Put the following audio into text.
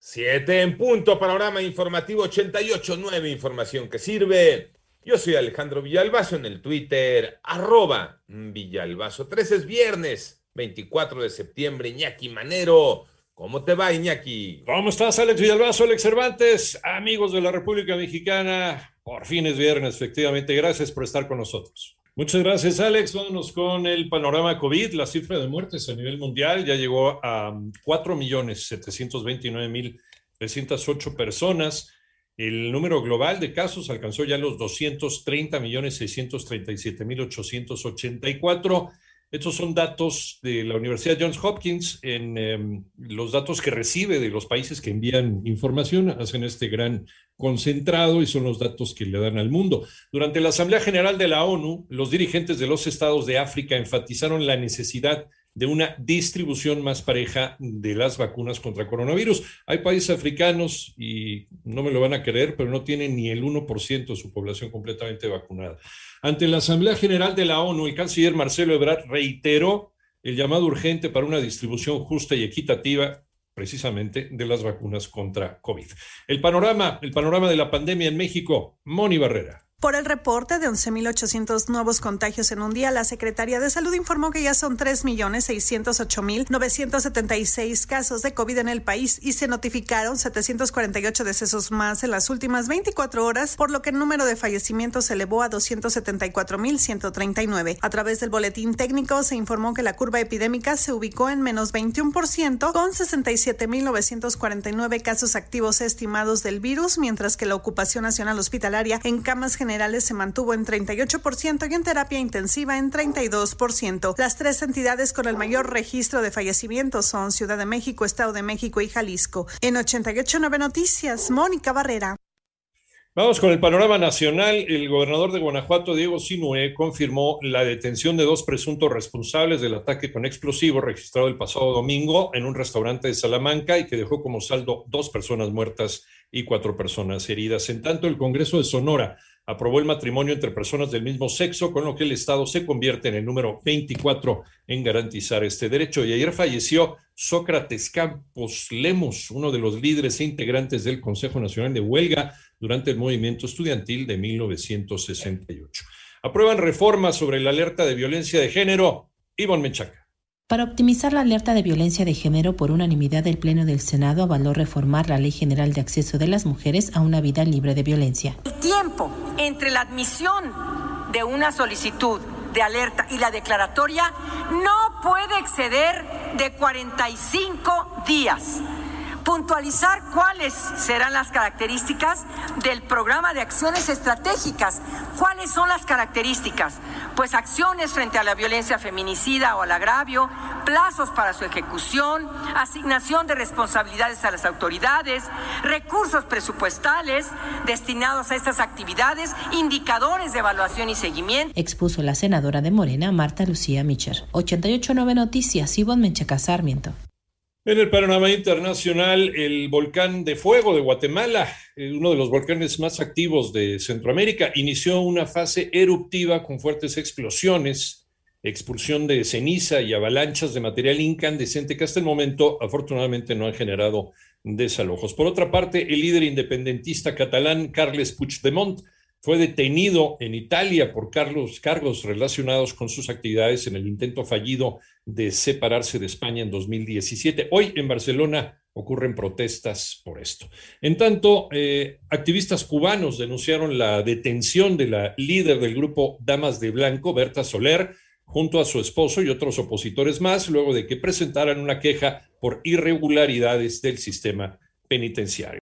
Siete en punto, panorama informativo 88.9, información que sirve. Yo soy Alejandro Villalbazo en el Twitter, @Villalbazo. 13 es viernes, 24 de septiembre, Iñaki Manero. ¿Cómo te va, Iñaki? ¿Cómo estás, Alex Villalbazo, Alex Cervantes? Amigos de la República Mexicana, por fin es viernes, efectivamente. Gracias por estar con nosotros. Muchas gracias, Alex. Vámonos con el panorama COVID. La cifra de muertes a nivel mundial ya llegó a 4.729.308 personas. El número global de casos alcanzó ya los 230.637.884. Estos son datos de la Universidad Johns Hopkins en los datos que recibe de los países que envían información, hacen este gran concentrado y son los datos que le dan al mundo. Durante la Asamblea General de la ONU, los dirigentes de los estados de África enfatizaron la necesidad de una distribución más pareja de las vacunas contra coronavirus. Hay países africanos, y no me lo van a creer, pero no tienen ni el 1% de su población completamente vacunada. Ante la Asamblea General de la ONU, el canciller Marcelo Ebrard reiteró el llamado urgente para una distribución justa y equitativa precisamente de las vacunas contra COVID. El panorama de la pandemia en México, Moni Barrera. Por el reporte de 11.800 nuevos contagios en un día, la Secretaría de Salud informó que ya son 3.608.976 casos de COVID en el país y se notificaron 748 decesos más en las últimas 24 horas, por lo que el número de fallecimientos se elevó a 274.139. A través del boletín técnico se informó que la curva epidémica se ubicó en menos 21%, con 67.949 casos activos estimados del virus, mientras que la ocupación nacional hospitalaria en camas generales se mantuvo en 38% y en terapia intensiva en 32%. Las tres entidades con el mayor registro de fallecimientos son Ciudad de México, Estado de México y Jalisco. En 88.9 Noticias, Mónica Barrera. Vamos con el panorama nacional. El gobernador de Guanajuato, Diego Sinue, confirmó la detención de dos presuntos responsables del ataque con explosivos registrado el pasado domingo en un restaurante de Salamanca y que dejó como saldo 2 personas muertas y 4 personas heridas. En tanto, el Congreso de Sonora aprobó el matrimonio entre personas del mismo sexo, con lo que el Estado se convierte en el número 24 en garantizar este derecho. Y ayer falleció Sócrates Campos Lemos, uno de los líderes e integrantes del Consejo Nacional de Huelga durante el movimiento estudiantil de 1968. Aprueban reformas sobre la alerta de violencia de género. Ivonne Menchaca. Para optimizar la alerta de violencia de género, por unanimidad el Pleno del Senado avaló reformar la Ley General de Acceso de las Mujeres a una vida libre de violencia. El tiempo entre la admisión de una solicitud de alerta y la declaratoria no puede exceder de 45 días. Puntualizar cuáles serán las características del programa de acciones estratégicas. ¿Cuáles son las características? Pues acciones frente a la violencia feminicida o al agravio, plazos para su ejecución, asignación de responsabilidades a las autoridades, recursos presupuestales destinados a estas actividades, indicadores de evaluación y seguimiento. Expuso la senadora de Morena, Marta Lucía Mitcher. 88.9 Noticias, Ivonne Menchaca Sarmiento. En el panorama internacional, el volcán de fuego de Guatemala, uno de los volcanes más activos de Centroamérica, inició una fase eruptiva con fuertes explosiones, expulsión de ceniza y avalanchas de material incandescente que hasta el momento afortunadamente no han generado desalojos. Por otra parte, el líder independentista catalán Carles Puigdemont fue detenido en Italia por cargos relacionados con sus actividades en el intento fallido de separarse de España en 2017. Hoy en Barcelona ocurren protestas por esto. En tanto, activistas cubanos denunciaron la detención de la líder del grupo Damas de Blanco, Berta Soler, junto a su esposo y otros opositores más, luego de que presentaran una queja por irregularidades del sistema penitenciario.